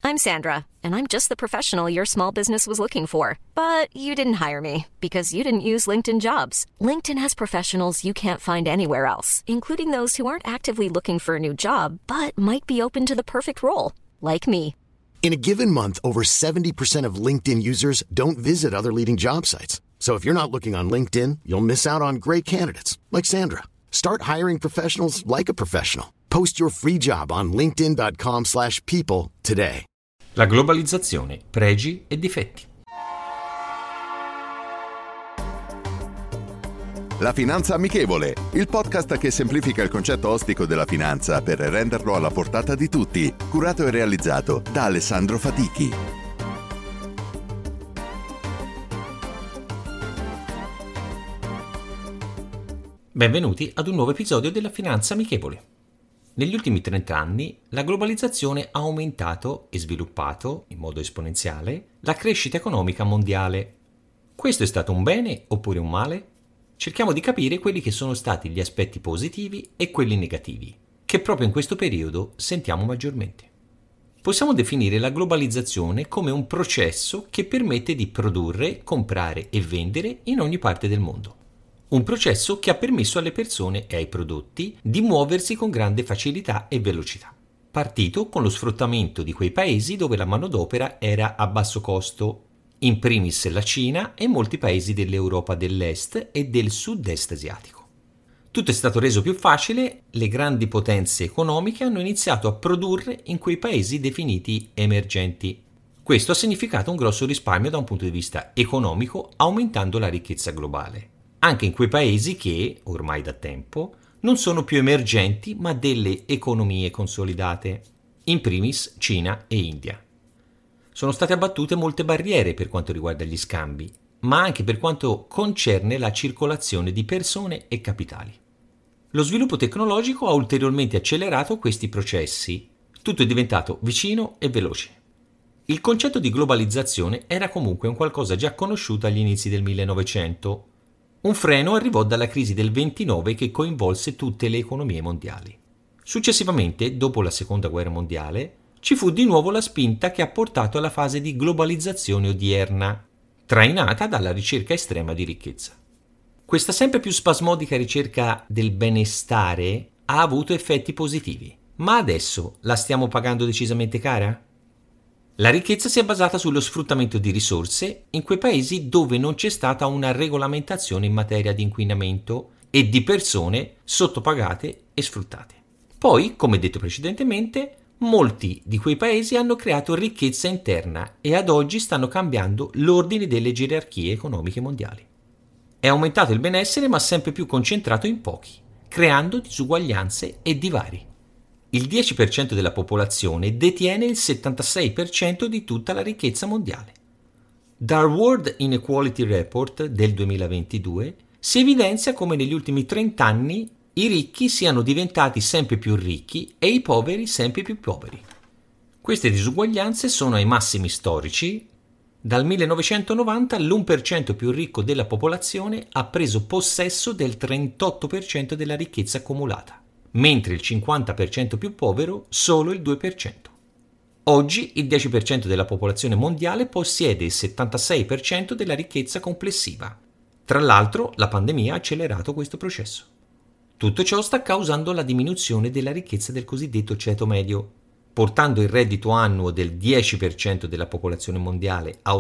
I'm Sandra, and I'm just the professional your small business was looking for. But you didn't hire me because you didn't use LinkedIn Jobs. LinkedIn has professionals you can't find anywhere else, including those who aren't actively looking for a new job, but might be open to the perfect role, like me. In a given month, over 70% of LinkedIn users don't visit other leading job sites. So if you're not looking on LinkedIn, you'll miss out on great candidates like Sandra. Start hiring professionals like a professional. Post your free job on linkedin.com/people today. La globalizzazione, pregi e difetti. La Finanza Amichevole, il podcast che semplifica il concetto ostico della finanza per renderlo alla portata di tutti, curato e realizzato da Alessandro Fatichi. Benvenuti ad un nuovo episodio della Finanza Amichevole. Negli ultimi 30 anni la globalizzazione ha aumentato e sviluppato, in modo esponenziale, la crescita economica mondiale. Questo è stato un bene oppure un male? Cerchiamo di capire quelli che sono stati gli aspetti positivi e quelli negativi, che proprio in questo periodo sentiamo maggiormente. Possiamo definire la globalizzazione come un processo che permette di produrre, comprare e vendere in ogni parte del mondo. Un processo che ha permesso alle persone e ai prodotti di muoversi con grande facilità e velocità. Partito con lo sfruttamento di quei paesi dove la manodopera era a basso costo, in primis la Cina e molti paesi dell'Europa dell'Est e del Sud-Est asiatico. Tutto è stato reso più facile, le grandi potenze economiche hanno iniziato a produrre in quei paesi definiti emergenti. Questo ha significato un grosso risparmio da un punto di vista economico, aumentando la ricchezza globale. Anche in quei paesi che, ormai da tempo, non sono più emergenti ma delle economie consolidate, in primis Cina e India. Sono state abbattute molte barriere per quanto riguarda gli scambi, ma anche per quanto concerne la circolazione di persone e capitali. Lo sviluppo tecnologico ha ulteriormente accelerato questi processi, tutto è diventato vicino e veloce. Il concetto di globalizzazione era comunque un qualcosa già conosciuto agli inizi del 1900. Un freno arrivò dalla crisi del 29 che coinvolse tutte le economie mondiali. Successivamente, dopo la Seconda Guerra Mondiale, ci fu di nuovo la spinta che ha portato alla fase di globalizzazione odierna, trainata dalla ricerca estrema di ricchezza. Questa sempre più spasmodica ricerca del benestare ha avuto effetti positivi, ma adesso la stiamo pagando decisamente cara? La ricchezza si è basata sullo sfruttamento di risorse in quei paesi dove non c'è stata una regolamentazione in materia di inquinamento e di persone sottopagate e sfruttate. Poi, come detto precedentemente, molti di quei paesi hanno creato ricchezza interna e ad oggi stanno cambiando l'ordine delle gerarchie economiche mondiali. È aumentato il benessere ma sempre più concentrato in pochi, creando disuguaglianze e divari. Il 10% della popolazione detiene il 76% di tutta la ricchezza mondiale. Dal World Inequality Report del 2022 si evidenzia come negli ultimi 30 anni i ricchi siano diventati sempre più ricchi e i poveri sempre più poveri. Queste disuguaglianze sono ai massimi storici. Dal 1990 l'1% più ricco della popolazione ha preso possesso del 38% della ricchezza accumulata, mentre il 50% più povero solo il 2%. Oggi il 10% della popolazione mondiale possiede il 76% della ricchezza complessiva. Tra l'altro, la pandemia ha accelerato questo processo. Tutto ciò sta causando la diminuzione della ricchezza del cosiddetto ceto medio, portando il reddito annuo del 10% della popolazione mondiale a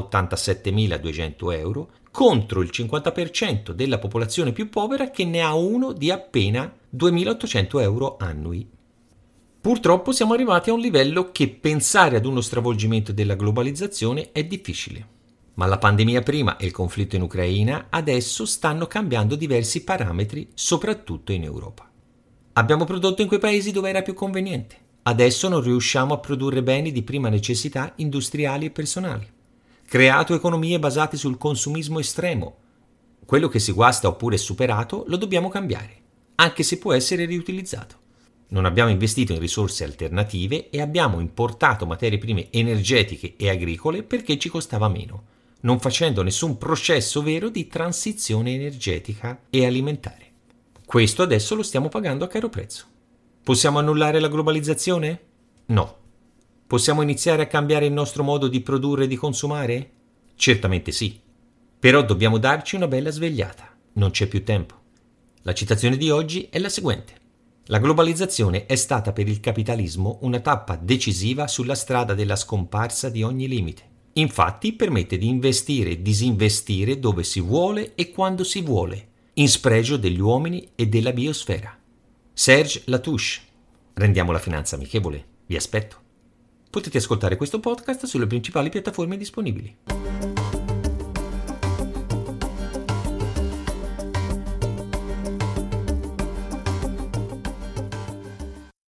87.200 euro, contro il 50% della popolazione più povera che ne ha uno di appena 2.800 euro annui. Purtroppo siamo arrivati a un livello che pensare ad uno stravolgimento della globalizzazione è difficile. Ma la pandemia prima e il conflitto in Ucraina adesso stanno cambiando diversi parametri, soprattutto in Europa. Abbiamo prodotto in quei paesi dove era più conveniente. Adesso non riusciamo a produrre beni di prima necessità industriali e personali. Creato economie basate sul consumismo estremo. Quello che si guasta oppure è superato lo dobbiamo cambiare, anche se può essere riutilizzato. Non abbiamo investito in risorse alternative e abbiamo importato materie prime energetiche e agricole perché ci costava meno, non facendo nessun processo vero di transizione energetica e alimentare. Questo adesso lo stiamo pagando a caro prezzo. Possiamo annullare la globalizzazione? No. Possiamo iniziare a cambiare il nostro modo di produrre e di consumare? Certamente sì. Però dobbiamo darci una bella svegliata. Non c'è più tempo. La citazione di oggi è la seguente. La globalizzazione è stata per il capitalismo una tappa decisiva sulla strada della scomparsa di ogni limite. Infatti permette di investire e disinvestire dove si vuole e quando si vuole, in spregio degli uomini e della biosfera. Serge Latouche. Rendiamo la finanza amichevole. Vi aspetto. Potete ascoltare questo podcast sulle principali piattaforme disponibili.